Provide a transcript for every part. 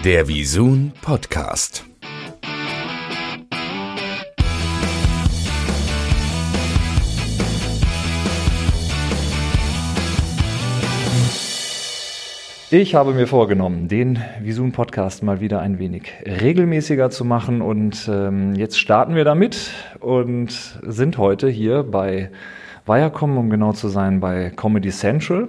Der Visun Podcast. Ich habe mir vorgenommen, den Visun Podcast mal wieder ein wenig regelmäßiger zu machen und jetzt starten wir damit und sind heute hier bei Viacom, um genau zu sein, bei Comedy Central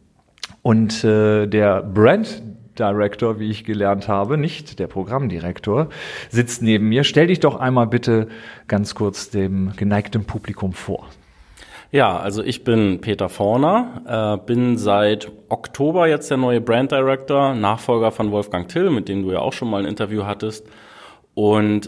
und der Brand Director, wie ich gelernt habe, nicht der Programmdirektor, sitzt neben mir. Stell dich doch einmal bitte ganz kurz dem geneigten Publikum vor. Ja, also ich bin Peter Forner, bin seit Oktober jetzt der neue Brand Director, Nachfolger von Wolfgang Till, mit dem du ja auch schon mal ein Interview hattest. Und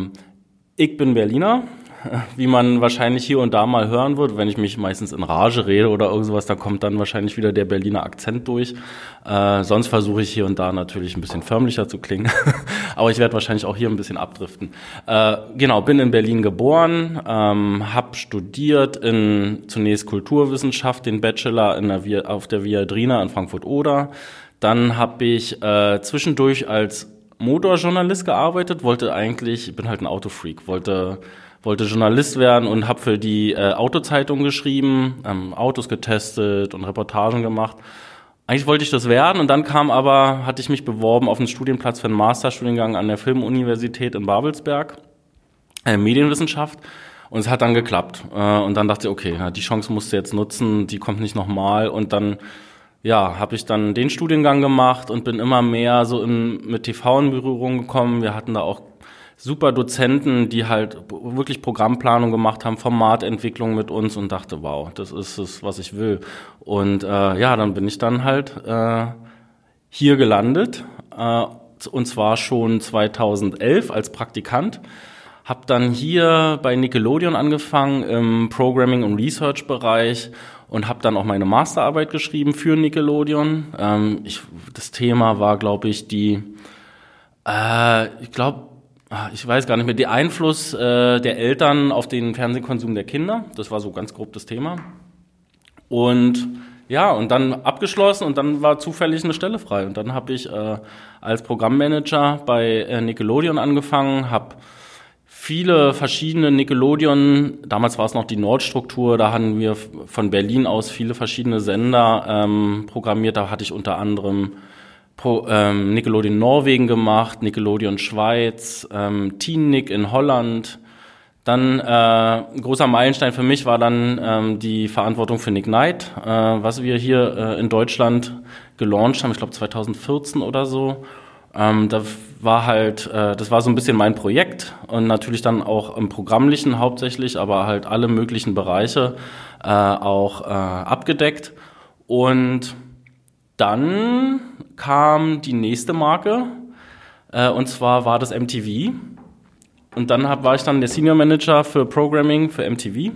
ich bin Berliner, wie man wahrscheinlich hier und da mal hören wird, wenn ich mich meistens in Rage rede oder irgendwas, da kommt dann wahrscheinlich wieder der Berliner Akzent durch. Sonst versuche ich hier und da natürlich ein bisschen förmlicher zu klingen, aber ich werde wahrscheinlich auch hier ein bisschen abdriften. Genau, bin in Berlin geboren, habe studiert in zunächst Kulturwissenschaft, den Bachelor auf der Viadrina in Frankfurt-Oder. Dann habe ich zwischendurch als Motorjournalist gearbeitet, ich bin halt ein Autofreak, wollte Journalist werden und habe für die Autozeitung geschrieben, Autos getestet und Reportagen gemacht. Eigentlich wollte ich das werden und dann hatte ich mich beworben auf einen Studienplatz für einen Masterstudiengang an der Filmuniversität in Babelsberg, Medienwissenschaft, und es hat dann geklappt. Und dann dachte ich, okay, die Chance musst du jetzt nutzen, die kommt nicht nochmal. Und dann habe ich dann den Studiengang gemacht und bin immer mehr so mit TV in Berührung gekommen. Wir hatten da auch super Dozenten, die halt wirklich Programmplanung gemacht haben, Formatentwicklung mit uns und dachte, wow, das ist es, was ich will. Und dann bin ich dann halt hier gelandet, und zwar schon 2011 als Praktikant. Hab dann hier bei Nickelodeon angefangen im Programming- und Research-Bereich und habe dann auch meine Masterarbeit geschrieben für Nickelodeon. Das Thema war, ich weiß gar nicht mehr, der Einfluss der Eltern auf den Fernsehkonsum der Kinder. Das war so ganz grob das Thema. Und dann abgeschlossen und dann war zufällig eine Stelle frei. Und dann habe ich als Programmmanager bei Nickelodeon angefangen, habe viele verschiedene Nickelodeon, damals war es noch die Nordstruktur, da hatten wir von Berlin aus viele verschiedene Sender programmiert. Da hatte ich unter anderem Nickelodeon Norwegen gemacht, Nickelodeon Schweiz, Teen Nick in Holland. Dann ein großer Meilenstein für mich war dann die Verantwortung für Nick Knight, was wir hier in Deutschland gelauncht haben, ich glaube 2014 oder so. Das war so ein bisschen mein Projekt und natürlich dann auch im Programmlichen hauptsächlich, aber halt alle möglichen Bereiche auch abgedeckt. Und dann kam die nächste Marke, und zwar war das MTV. Und dann war ich dann der Senior Manager für Programming für MTV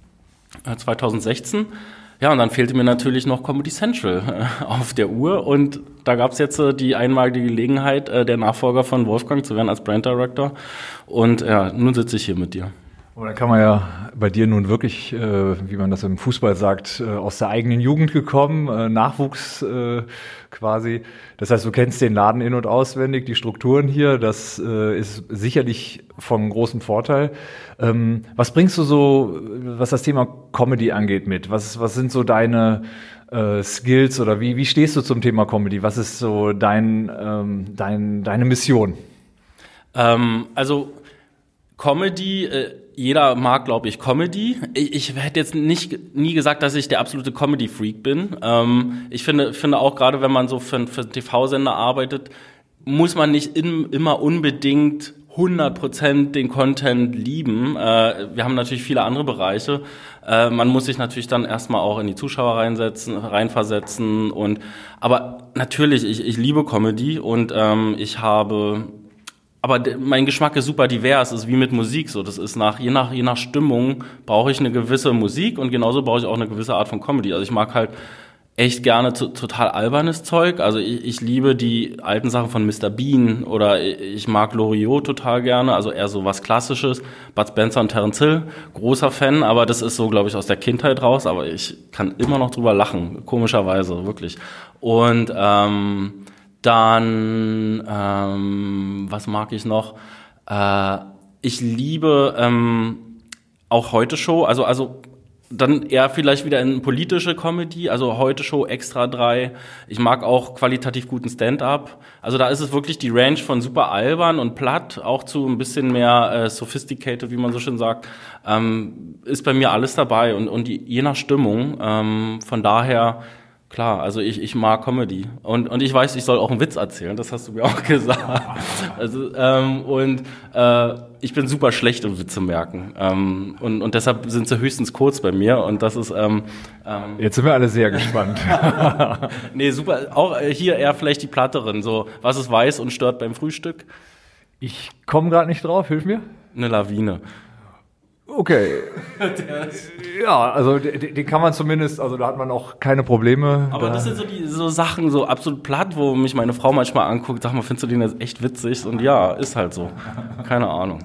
2016. Ja, und dann fehlte mir natürlich noch Comedy Central auf der Uhr. Und da gab es jetzt die einmalige Gelegenheit, der Nachfolger von Wolfgang zu werden als Brand Director. Und nun sitze ich hier mit dir. Da kann man ja bei dir nun wirklich, wie man das im Fußball sagt, aus der eigenen Jugend gekommen, Nachwuchs quasi. Das heißt, du kennst den Laden in- und auswendig, die Strukturen hier, das ist sicherlich von großem Vorteil. Was bringst du so, was das Thema Comedy angeht, mit? Was sind so deine Skills oder wie stehst du zum Thema Comedy? Was ist so deine Mission? Also Comedy, jeder mag, glaube ich, Comedy. Ich hätte jetzt nie gesagt, dass ich der absolute Comedy-Freak bin. Ich finde auch, gerade wenn man so für einen TV-Sender arbeitet, muss man nicht immer unbedingt 100% den Content lieben. Wir haben natürlich viele andere Bereiche. Man muss sich natürlich dann erstmal auch in die Zuschauer reinversetzen. Aber natürlich, ich liebe Comedy und aber mein Geschmack ist super divers, ist wie mit Musik so. Das ist je nach Stimmung brauche ich eine gewisse Musik und genauso brauche ich auch eine gewisse Art von Comedy. Also ich mag halt echt gerne total albernes Zeug. Also ich liebe die alten Sachen von Mr. Bean oder ich mag Loriot total gerne, also eher so was Klassisches. Bud Spencer und Terence Hill, großer Fan, aber das ist so, glaube ich, aus der Kindheit raus. Aber ich kann immer noch drüber lachen, komischerweise, wirklich. Und Dann, was mag ich noch? Ich liebe auch Heute-Show, also dann eher vielleicht wieder in politische Comedy, also Heute-Show, Extra 3. Ich mag auch qualitativ guten Stand-up. Also da ist es wirklich die Range von super albern und platt, auch zu ein bisschen mehr sophisticated, wie man so schön sagt, ist bei mir alles dabei und je nach Stimmung. Von daher, klar, also ich mag Comedy. Und ich weiß, ich soll auch einen Witz erzählen, das hast du mir auch gesagt. Also, ich bin super schlecht im Witze merken. Und deshalb sind sie höchstens kurz bei mir. Und das ist. Jetzt sind wir alle sehr gespannt. Nee, super. Auch hier eher vielleicht die platteren. So, was ist weiß und stört beim Frühstück? Ich komme gerade nicht drauf, hilf mir. Eine Lawine. Okay. Ja, also den kann man zumindest, also da hat man auch keine Probleme. Aber das sind so Sachen, so absolut platt, wo mich meine Frau manchmal anguckt, sag mal, findest du den jetzt echt witzig? Und ja, ist halt so. Keine Ahnung.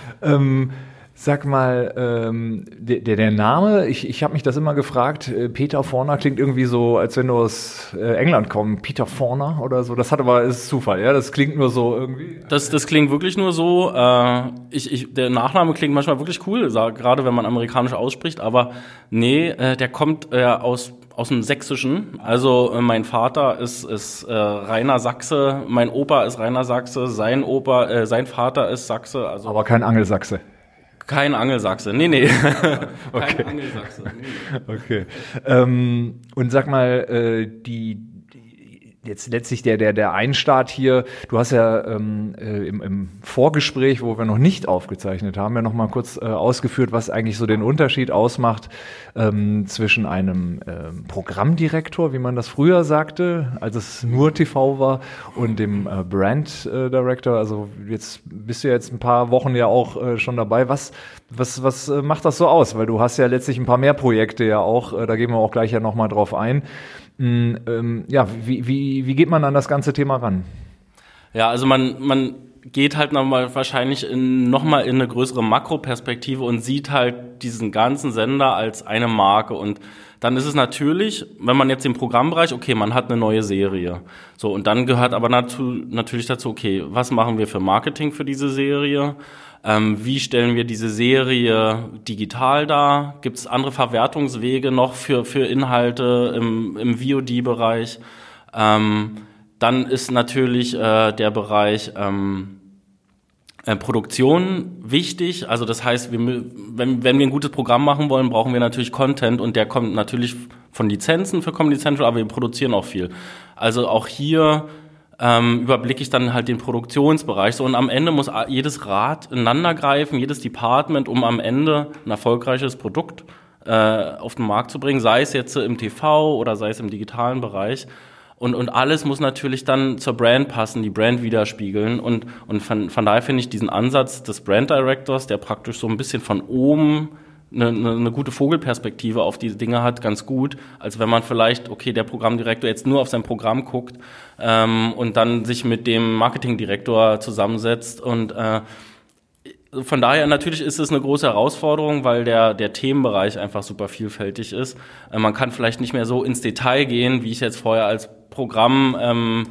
Sag mal, der Name, ich habe mich das immer gefragt, Peter Forner klingt irgendwie so, als wenn du aus England kommst, Peter Forner oder so, das hat aber, ist Zufall, ja, das klingt nur so irgendwie. Das klingt wirklich nur so, der Nachname klingt manchmal wirklich cool, gerade wenn man amerikanisch ausspricht, aber nee, der kommt aus dem Sächsischen, also mein Vater ist reiner Sachse, mein Opa ist reiner Sachse, sein Vater ist Sachse, also. Aber kein Angelsachse. Kein Angelsachse, nee. Okay. Kein Angelsachse, nee. Okay. Und sag mal, jetzt letztlich der Einstart hier, du hast ja im Vorgespräch, wo wir noch nicht aufgezeichnet haben, ja noch mal kurz ausgeführt, was eigentlich so den Unterschied ausmacht zwischen einem Programmdirektor, wie man das früher sagte, als es nur TV war, und dem Brand Director. Also jetzt bist du ja jetzt ein paar Wochen ja auch schon dabei. Was macht das so aus? Weil du hast ja letztlich ein paar mehr Projekte ja auch, da gehen wir auch gleich ja noch mal drauf ein. Ja, wie geht man an das ganze Thema ran? Ja, also man geht halt nochmal wahrscheinlich nochmal in eine größere Makroperspektive und sieht halt diesen ganzen Sender als eine Marke. Und dann ist es natürlich, wenn man jetzt den Programmbereich, okay, man hat eine neue Serie. So, und dann gehört aber natürlich dazu, okay, was machen wir für Marketing für diese Serie? Wie stellen wir diese Serie digital dar? Gibt es andere Verwertungswege noch für Inhalte im VOD-Bereich? Dann ist natürlich der Bereich Produktion wichtig. Also das heißt, wenn wir ein gutes Programm machen wollen, brauchen wir natürlich Content, und der kommt natürlich von Lizenzen für Comedy Central, aber wir produzieren auch viel. Also auch hier überblicke ich dann halt den Produktionsbereich. So, und am Ende muss jedes Rad ineinander greifen, jedes Department, um am Ende ein erfolgreiches Produkt auf den Markt zu bringen, sei es jetzt im TV oder sei es im digitalen Bereich. Und alles muss natürlich dann zur Brand passen, die Brand widerspiegeln. Und von daher finde ich diesen Ansatz des Brand Directors, der praktisch so ein bisschen von oben eine gute Vogelperspektive auf diese Dinge hat, ganz gut, als wenn man vielleicht, okay, der Programmdirektor jetzt nur auf sein Programm guckt und dann sich mit dem Marketingdirektor zusammensetzt. Und von daher natürlich ist es eine große Herausforderung, weil der Themenbereich einfach super vielfältig ist. Man kann vielleicht nicht mehr so ins Detail gehen, wie ich jetzt vorher als Programmmanager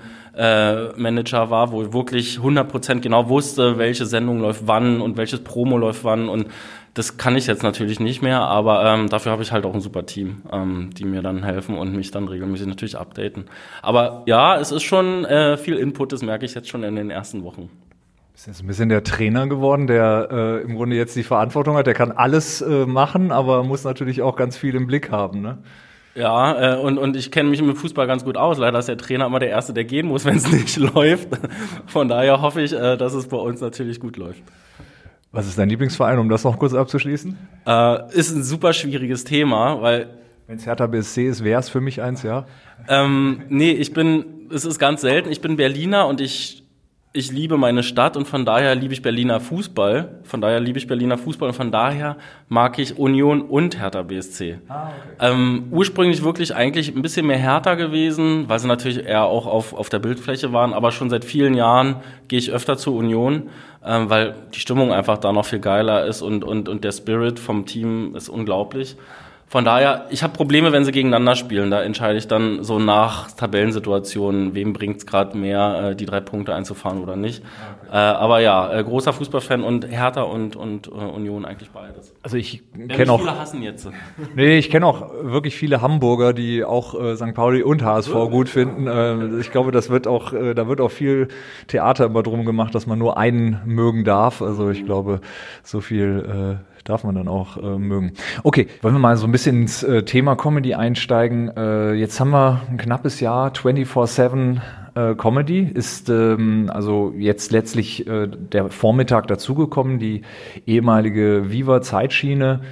war, wo ich wirklich 100% genau wusste, welche Sendung läuft wann und welches Promo läuft wann, und das kann ich jetzt natürlich nicht mehr, aber dafür habe ich halt auch ein super Team, die mir dann helfen und mich dann regelmäßig natürlich updaten. Aber ja, es ist schon viel Input, das merke ich jetzt schon in den ersten Wochen. Bist jetzt ein bisschen der Trainer geworden, der im Grunde jetzt die Verantwortung hat. Der kann alles machen, aber muss natürlich auch ganz viel im Blick haben, ne? Ja, und ich kenne mich mit Fußball ganz gut aus. Leider ist der Trainer immer der Erste, der gehen muss, wenn es nicht läuft. Von daher hoffe ich, dass es bei uns natürlich gut läuft. Was ist dein Lieblingsverein, um das noch kurz abzuschließen? Ist ein super schwieriges Thema, weil... Wenn es Hertha BSC ist, wäre es für mich eins, ja? Nee, es ist ganz selten. Ich bin Berliner und ich liebe meine Stadt, und von daher liebe ich Berliner Fußball. Und von daher mag ich Union und Hertha BSC. Okay. Ursprünglich wirklich eigentlich ein bisschen mehr Hertha gewesen, weil sie natürlich eher auch auf der Bildfläche waren, aber schon seit vielen Jahren gehe ich öfter zur Union, weil die Stimmung einfach da noch viel geiler ist und der Spirit vom Team ist unglaublich. Von daher, ich habe Probleme, wenn sie gegeneinander spielen. Da entscheide ich dann so nach Tabellensituationen, wem bringt es gerade mehr, die 3 Punkte einzufahren oder nicht. Okay. Aber ja, großer Fußballfan und Hertha und Union eigentlich beides. Also ich kenne auch viele hassen jetzt. Nee, ich kenne auch wirklich viele Hamburger, die auch St. Pauli und HSV gut finden. Ich glaube, da wird auch viel Theater immer drum gemacht, dass man nur einen mögen darf. Also ich glaube, so viel darf man dann auch mögen. Okay, wollen wir mal so ein bisschen ins Thema Comedy einsteigen. Jetzt haben wir ein knappes Jahr, 24/7 Comedy ist also jetzt letztlich der Vormittag dazugekommen, die ehemalige Viva-Zeitschiene.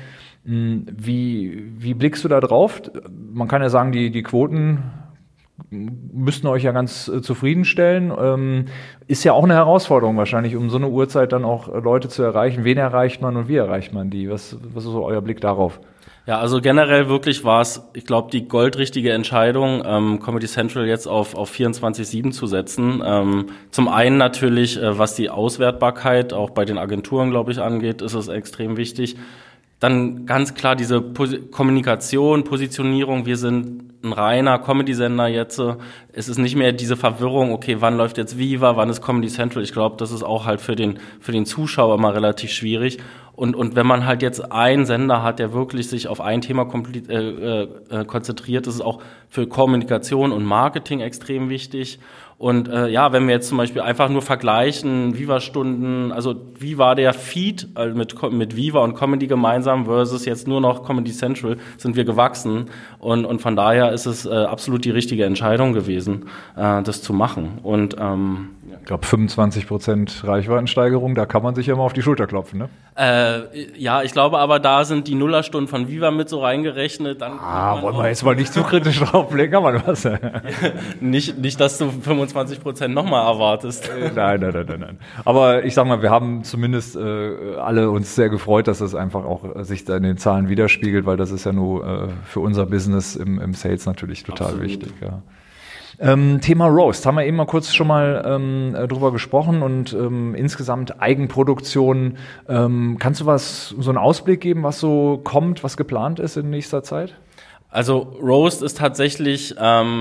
Wie blickst du da drauf? Man kann ja sagen, die Quoten müssten euch ja ganz zufriedenstellen. Ist ja auch eine Herausforderung wahrscheinlich, um so eine Uhrzeit dann auch Leute zu erreichen. Wen erreicht man und wie erreicht man die? Was ist so euer Blick darauf? Ja, also generell wirklich war es, ich glaube, die goldrichtige Entscheidung, Comedy Central jetzt auf 24/7 zu setzen. Zum einen natürlich, was die Auswertbarkeit auch bei den Agenturen, glaube ich, angeht, ist es extrem wichtig. Dann ganz klar diese Kommunikation, Positionierung. Wir sind ein reiner Comedy-Sender jetzt. Es ist nicht mehr diese Verwirrung, okay, wann läuft jetzt Viva, wann ist Comedy Central? Ich glaube, das ist auch halt für den Zuschauer mal relativ schwierig. Und wenn man halt jetzt einen Sender hat, der wirklich sich auf ein Thema konzentriert, ist es auch für Kommunikation und Marketing extrem wichtig. Und wenn wir jetzt zum Beispiel einfach nur vergleichen, Viva-Stunden, also wie war der Feed mit Viva und Comedy gemeinsam versus jetzt nur noch Comedy Central, sind wir gewachsen. Und von daher ist es absolut die richtige Entscheidung gewesen, das zu machen. Und ich glaube 25% Reichweitensteigerung, da kann man sich ja mal auf die Schulter klopfen, ne? Ja, ich glaube aber, da sind die Nullerstunden von Viva mit so reingerechnet. Dann wollen wir jetzt mal nicht zu kritisch drauflegen, kann man was? nicht, dass du 25% nochmal erwartest. Nein. Aber ich sag mal, wir haben zumindest alle uns sehr gefreut, dass es einfach auch sich da in den Zahlen widerspiegelt, weil das ist ja nur für unser Business im Sales natürlich total Absolut wichtig. Ja. Thema Roast, haben wir eben mal kurz schon mal drüber gesprochen und insgesamt Eigenproduktion. Kannst du so einen Ausblick geben, was so kommt, was geplant ist in nächster Zeit? Also Roast ist tatsächlich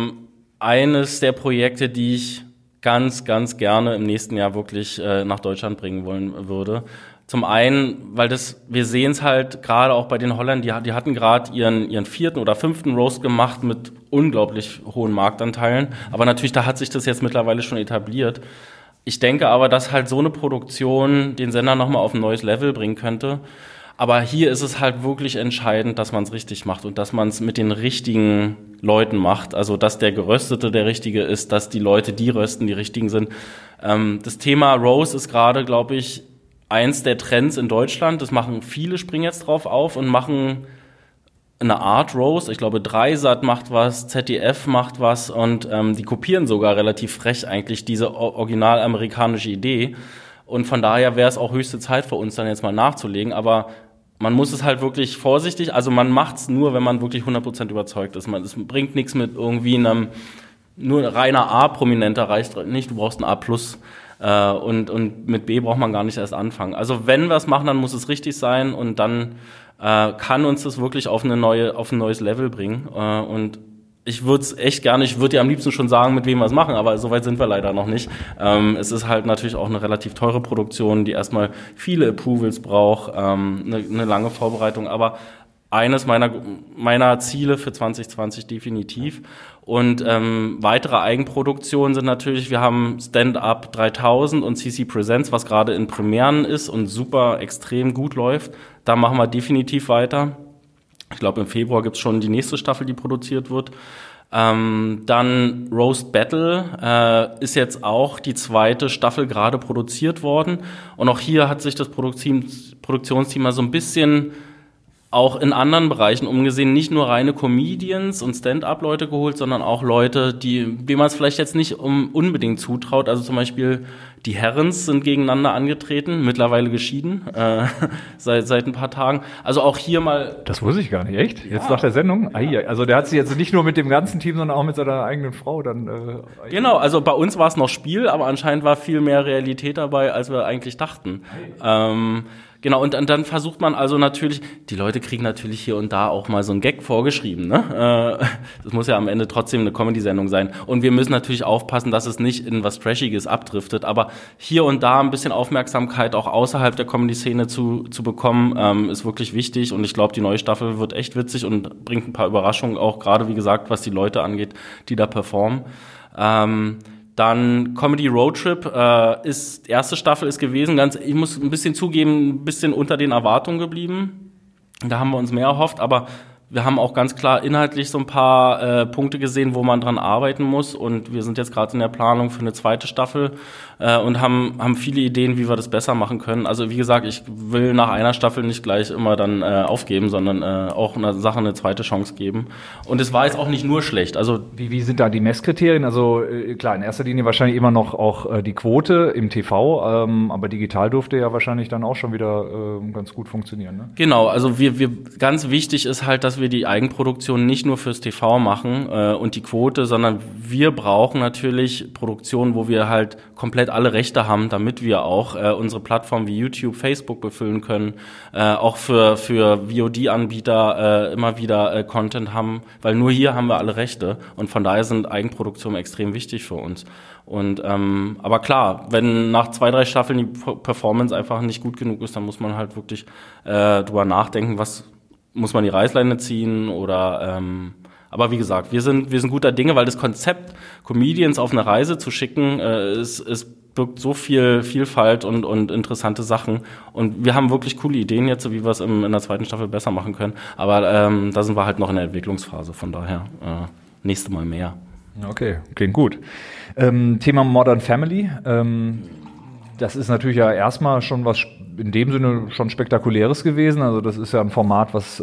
eines der Projekte, die ich ganz, ganz gerne im nächsten Jahr wirklich nach Deutschland bringen wollen würde. Zum einen, weil wir sehen es halt gerade auch bei den Holländern, die hatten gerade ihren 4. oder 5. Roast gemacht mit unglaublich hohen Marktanteilen. Aber natürlich, da hat sich das jetzt mittlerweile schon etabliert. Ich denke aber, dass halt so eine Produktion den Sender nochmal auf ein neues Level bringen könnte. Aber hier ist es halt wirklich entscheidend, dass man es richtig macht und dass man es mit den richtigen Leuten macht. Also, dass der Geröstete der Richtige ist, dass die Leute, die rösten, die Richtigen sind. Das Thema Roast ist gerade, glaube ich, eins der Trends in Deutschland. Das machen viele, springen jetzt drauf auf und machen eine Art Roast. Ich glaube, Dreisat macht was, ZDF macht was und die kopieren sogar relativ frech eigentlich diese original amerikanische Idee. Und von daher wäre es auch höchste Zeit für uns, dann jetzt mal nachzulegen. Aber man muss es halt wirklich vorsichtig, also man macht es nur, wenn man wirklich 100% überzeugt ist. Es bringt nichts mit irgendwie nur reiner A-Prominenter reicht nicht, du brauchst ein A+. Und mit B braucht man gar nicht erst anfangen. Also wenn wir es machen, dann muss es richtig sein und dann kann uns das wirklich auf ein neues Level bringen. Und ich würde es echt gerne, ich würde dir am liebsten schon sagen, mit wem wir es machen, aber so weit sind wir leider noch nicht. Es ist halt natürlich auch eine relativ teure Produktion, die erstmal viele Approvals braucht, eine lange Vorbereitung, aber eines meiner Ziele für 2020 definitiv. Und weitere Eigenproduktionen sind natürlich, wir haben Stand-Up 3000 und CC Presents, was gerade in Premieren ist und super extrem gut läuft. Da machen wir definitiv weiter. Ich glaube, im Februar gibt's schon die nächste Staffel, die produziert wird. Dann Roast Battle ist jetzt auch die 2. Staffel gerade produziert worden. Und auch hier hat sich das Produktionsteam mal so ein bisschen auch in anderen Bereichen umgesehen, nicht nur reine Comedians und Stand-up-Leute geholt, sondern auch Leute, denen man es vielleicht jetzt nicht unbedingt zutraut. Also zum Beispiel die Herrens sind gegeneinander angetreten, mittlerweile geschieden, seit ein paar Tagen. Also auch hier mal... Das wusste ich gar nicht, echt? Jetzt nach der Sendung? Also der hat sich jetzt nicht nur mit dem ganzen Team, sondern auch mit seiner eigenen Frau dann... Genau, also bei uns war es noch Spiel, aber anscheinend war viel mehr Realität dabei, als wir eigentlich dachten. Genau, und dann versucht man also natürlich, die Leute kriegen natürlich hier und da auch mal so einen Gag vorgeschrieben, ne? Das muss ja am Ende trotzdem eine Comedy-Sendung sein. Und wir müssen natürlich aufpassen, dass es nicht in was Trashiges abdriftet, aber hier und da ein bisschen Aufmerksamkeit auch außerhalb der Comedy-Szene zu bekommen, ist wirklich wichtig. Und ich glaube, die neue Staffel wird echt witzig und bringt ein paar Überraschungen, auch gerade, wie gesagt, was die Leute angeht, die da performen. Dann Comedy Road Trip erste Staffel ist gewesen, ich muss ein bisschen zugeben, ein bisschen unter den Erwartungen geblieben. Da haben wir uns mehr erhofft, aber wir haben auch ganz klar inhaltlich so ein paar Punkte gesehen, wo man dran arbeiten muss. Und wir sind jetzt gerade in der Planung für eine zweite Staffel und haben viele Ideen, wie wir das besser machen können. Also wie gesagt, ich will nach einer Staffel nicht gleich immer dann aufgeben, sondern auch einer Sache eine zweite Chance geben. Und es war jetzt auch nicht nur schlecht. Also Wie sind da die Messkriterien? Also klar, in erster Linie wahrscheinlich immer noch auch die Quote im TV, aber digital durfte ja wahrscheinlich dann auch schon wieder ganz gut funktionieren, ne? Genau, also wir ganz wichtig ist halt, dass wir die Eigenproduktion nicht nur fürs TV machen und die Quote, sondern wir brauchen natürlich Produktionen, wo wir halt komplett alle Rechte haben, damit wir auch unsere Plattformen wie YouTube, Facebook befüllen können, auch für VOD-Anbieter immer wieder Content haben, weil nur hier haben wir alle Rechte und von daher sind Eigenproduktionen extrem wichtig für uns. Und aber klar, wenn nach 2-3 Staffeln die Performance einfach nicht gut genug ist, dann muss man halt wirklich drüber nachdenken, was muss man die Reißleine ziehen oder aber wie gesagt, wir sind guter Dinge, weil das Konzept, Comedians auf eine Reise zu schicken, es birgt so viel Vielfalt und interessante Sachen und wir haben wirklich coole Ideen jetzt, wie wir es in der zweiten Staffel besser machen können, aber da sind wir halt noch in der Entwicklungsphase, von daher nächste Mal mehr. Okay, klingt gut. Thema Modern Family. Das ist natürlich ja erstmal schon was in dem Sinne schon Spektakuläres gewesen. Also das ist ja ein Format, was,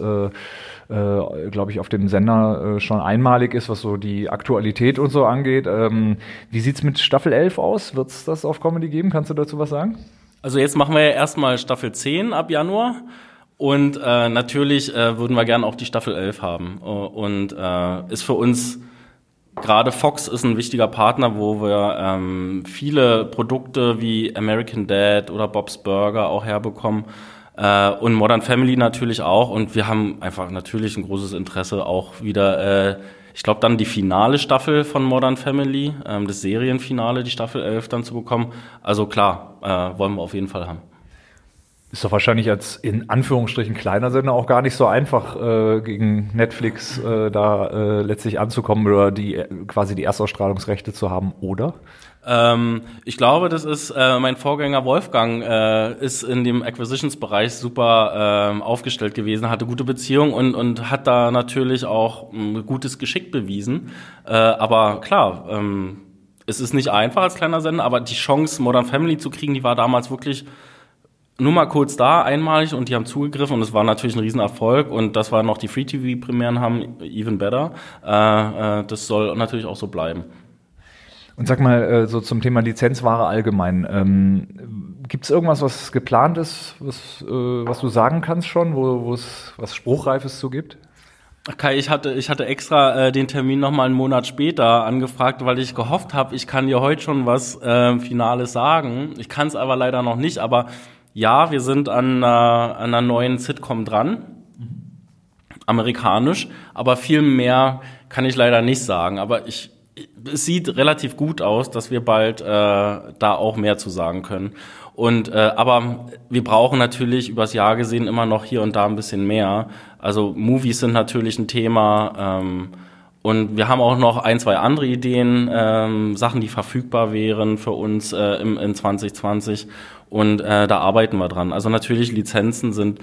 glaube ich, auf dem Sender schon einmalig ist, was so die Aktualität und so angeht. Wie sieht's mit Staffel 11 aus? Wird's das auf Comedy geben? Kannst du dazu was sagen? Also jetzt machen wir ja erstmal Staffel 10 ab Januar. Und natürlich würden wir gerne auch die Staffel 11 haben. Und ist für uns... Gerade Fox ist ein wichtiger Partner, wo wir viele Produkte wie American Dad oder Bob's Burger auch herbekommen und Modern Family natürlich auch. Und wir haben einfach natürlich ein großes Interesse auch wieder, ich glaube dann die finale Staffel von Modern Family, das Serienfinale, die Staffel 11 dann zu bekommen. Also klar, wollen wir auf jeden Fall haben. Ist doch wahrscheinlich als in Anführungsstrichen kleiner Sender auch gar nicht so einfach, gegen Netflix letztlich anzukommen oder quasi die Erstausstrahlungsrechte zu haben, oder? Ich glaube, das ist mein Vorgänger Wolfgang ist in dem Acquisitions-Bereich super aufgestellt gewesen, hatte gute Beziehungen und hat da natürlich auch ein gutes Geschick bewiesen. Aber klar, es ist nicht einfach als kleiner Sender, aber die Chance, Modern Family zu kriegen, die war damals wirklich nur mal kurz da, einmalig, und die haben zugegriffen und es war natürlich ein Riesenerfolg und das war noch die Free-TV-Premieren haben, even better. Das soll natürlich auch so bleiben. Und sag mal, so zum Thema Lizenzware allgemein, gibt es irgendwas, was geplant ist, was du sagen kannst schon, wo es was Spruchreifes zu gibt? Kai, ich hatte extra den Termin noch mal einen Monat später angefragt, weil ich gehofft habe, ich kann dir heute schon was Finales sagen. Ich kann es aber leider noch nicht, aber ja, wir sind an einer neuen Sitcom dran, amerikanisch, aber viel mehr kann ich leider nicht sagen. Aber es sieht relativ gut aus, dass wir bald da auch mehr zu sagen können. Und aber wir brauchen natürlich übers Jahr gesehen immer noch hier und da ein bisschen mehr. Also Movies sind natürlich ein Thema. Und wir haben auch noch 1, 2 andere Ideen, Sachen, die verfügbar wären für uns in 2020. Und da arbeiten wir dran. Also natürlich Lizenzen sind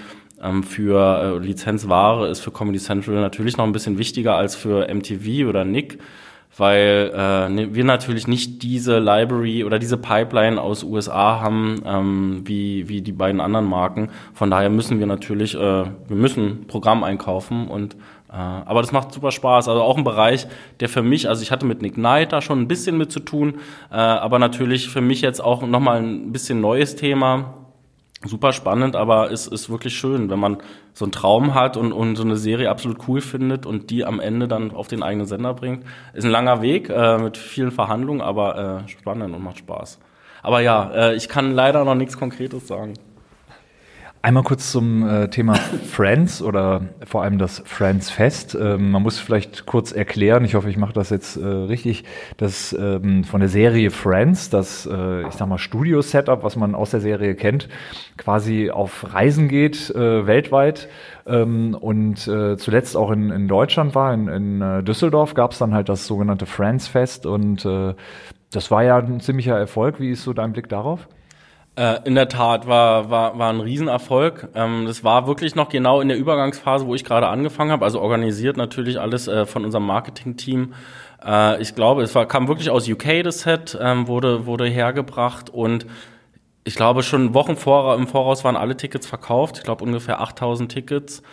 für Lizenzware ist für Comedy Central natürlich noch ein bisschen wichtiger als für MTV oder Nick, weil wir natürlich nicht diese Library oder diese Pipeline aus USA haben, wie die beiden anderen Marken. Von daher müssen wir natürlich, wir müssen Programm einkaufen und aber das macht super Spaß. Also auch ein Bereich, der für mich, also ich hatte mit Nick Knight da schon ein bisschen mit zu tun, aber natürlich für mich jetzt auch nochmal ein bisschen neues Thema. Super spannend, aber es ist wirklich schön, wenn man so einen Traum hat und so eine Serie absolut cool findet und die am Ende dann auf den eigenen Sender bringt. Ist ein langer Weg mit vielen Verhandlungen, aber spannend und macht Spaß. Aber ja, ich kann leider noch nichts Konkretes sagen. Einmal kurz zum Thema Friends oder vor allem das Friends Fest. Man muss vielleicht kurz erklären, ich hoffe, ich mache das jetzt richtig, dass von der Serie Friends, das, ich sag mal, Studio-Setup, was man aus der Serie kennt, quasi auf Reisen geht, weltweit. Und zuletzt auch in Deutschland war, in Düsseldorf gab es dann halt das sogenannte Friends Fest und das war ja ein ziemlicher Erfolg. Wie ist so dein Blick darauf? In der Tat war ein Riesenerfolg. Das war wirklich noch genau in der Übergangsphase, wo ich gerade angefangen habe. Also organisiert natürlich alles von unserem Marketing-Team. Ich glaube, kam wirklich aus UK das Set, wurde hergebracht und ich glaube schon Wochen im Voraus waren alle Tickets verkauft. Ich glaube ungefähr 8.000 Tickets.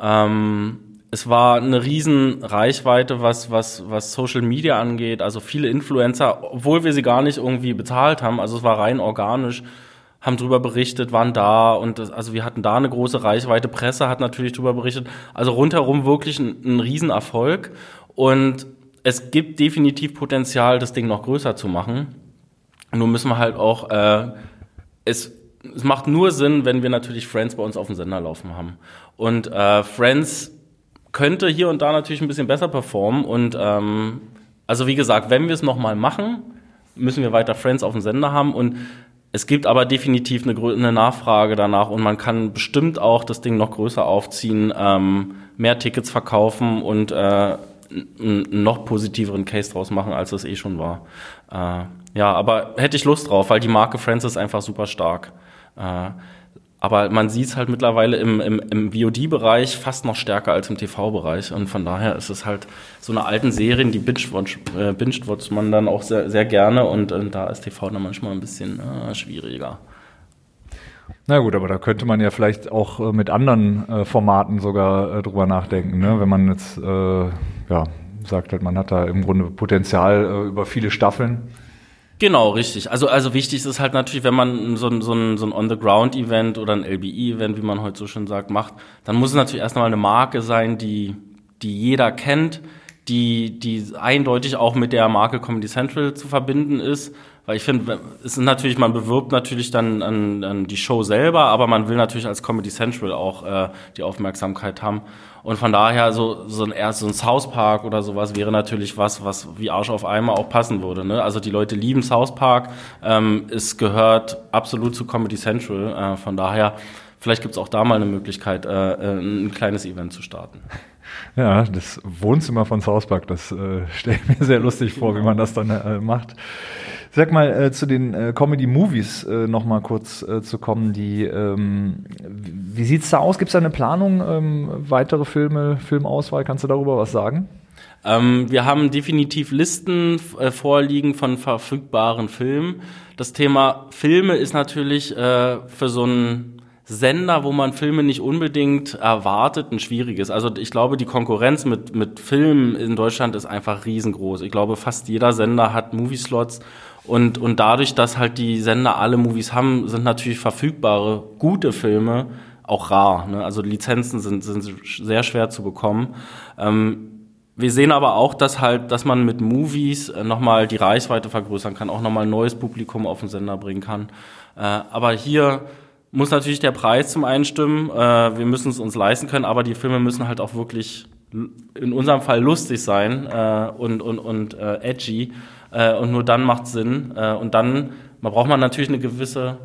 Es war eine riesen Reichweite, was Social Media angeht. Also viele Influencer, obwohl wir sie gar nicht irgendwie bezahlt haben. Also es war rein organisch. Haben drüber berichtet, waren da und also wir hatten da eine große Reichweite, Presse hat natürlich drüber berichtet, also rundherum wirklich ein Riesenerfolg und es gibt definitiv Potenzial, das Ding noch größer zu machen. Nur müssen wir halt auch, es macht nur Sinn, wenn wir natürlich Friends bei uns auf dem Sender laufen haben und Friends könnte hier und da natürlich ein bisschen besser performen und also wie gesagt, wenn wir es nochmal machen, müssen wir weiter Friends auf dem Sender haben und es gibt aber definitiv eine Nachfrage danach und man kann bestimmt auch das Ding noch größer aufziehen, mehr Tickets verkaufen und einen noch positiveren Case draus machen, als es schon war. Ja, aber hätte ich Lust drauf, weil die Marke Friends ist einfach super stark. Aber man sieht es halt mittlerweile im VOD-Bereich fast noch stärker als im TV-Bereich. Und von daher ist es halt so eine alten Serien, die binge-watcht man dann auch sehr, sehr gerne. Und da ist TV dann manchmal ein bisschen schwieriger. Na gut, aber da könnte man ja vielleicht auch mit anderen Formaten sogar drüber nachdenken, ne? Wenn man jetzt sagt halt, man hat da im Grunde Potenzial über viele Staffeln. Genau, richtig. Also wichtig ist halt natürlich, wenn man so ein On-the-Ground-Event oder ein LBE-Event, wie man heute so schön sagt, macht, dann muss es natürlich erst einmal eine Marke sein, die jeder kennt, die eindeutig auch mit der Marke Comedy Central zu verbinden ist. Weil ich finde, es ist natürlich, man bewirbt natürlich dann an die Show selber, aber man will natürlich als Comedy Central auch die Aufmerksamkeit haben. Und von daher so ein South Park oder sowas wäre natürlich was wie Arsch auf Eimer auch passen würde. Ne? Also die Leute lieben South Park, es gehört absolut zu Comedy Central. Von daher, vielleicht gibt es auch da mal eine Möglichkeit, ein kleines Event zu starten. Ja, das Wohnzimmer von South Park, das stelle ich mir sehr lustig vor, wie man das dann macht. Sag mal, zu den Comedy-Movies noch mal kurz zu kommen. Wie sieht's da aus? Gibt's da eine Planung, weitere Filmauswahl? Kannst du darüber was sagen? Wir haben definitiv Listen vorliegen von verfügbaren Filmen. Das Thema Filme ist natürlich für so einen Sender, wo man Filme nicht unbedingt erwartet, ein schwieriges. Also ich glaube, die Konkurrenz mit Filmen in Deutschland ist einfach riesengroß. Ich glaube, fast jeder Sender hat Movieslots und dadurch, dass halt die Sender alle Movies haben, sind natürlich verfügbare, gute Filme auch rar. Ne? Also Lizenzen sind sehr schwer zu bekommen. Wir sehen aber auch, dass man mit Movies nochmal die Reichweite vergrößern kann, auch nochmal ein neues Publikum auf den Sender bringen kann. Aber hier muss natürlich der Preis zum einen stimmen, wir müssen es uns leisten können, aber die Filme müssen halt auch wirklich in unserem Fall lustig sein und edgy und nur dann macht es Sinn und dann braucht man natürlich eine gewisse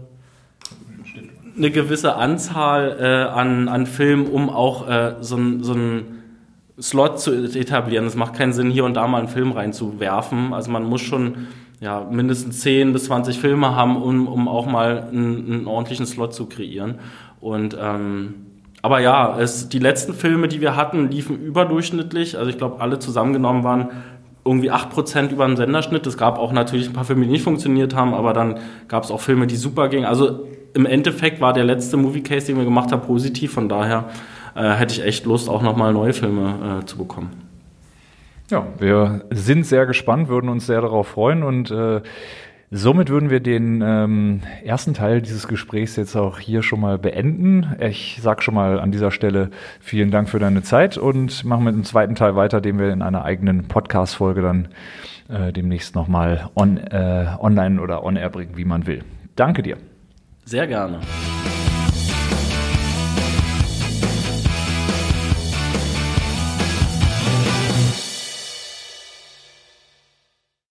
Anzahl an Filmen, um auch so einen Slot zu etablieren. Es macht keinen Sinn, hier und da mal einen Film reinzuwerfen, also man muss schon mindestens 10 bis 20 Filme haben, um auch mal einen ordentlichen Slot zu kreieren. Und aber ja, die letzten Filme, die wir hatten, liefen überdurchschnittlich. Also ich glaube, alle zusammengenommen waren irgendwie 8% über den Senderschnitt. Es gab auch natürlich ein paar Filme, die nicht funktioniert haben, aber dann gab es auch Filme, die super gingen. Also im Endeffekt war der letzte Movie-Case, den wir gemacht haben, positiv. Von daher hätte ich echt Lust, auch nochmal neue Filme zu bekommen. Ja, wir sind sehr gespannt, würden uns sehr darauf freuen und somit würden wir den ersten Teil dieses Gesprächs jetzt auch hier schon mal beenden. Ich sage schon mal an dieser Stelle vielen Dank für deine Zeit und machen mit dem zweiten Teil weiter, den wir in einer eigenen Podcast-Folge dann demnächst nochmal online oder on-air bringen, wie man will. Danke dir. Sehr gerne.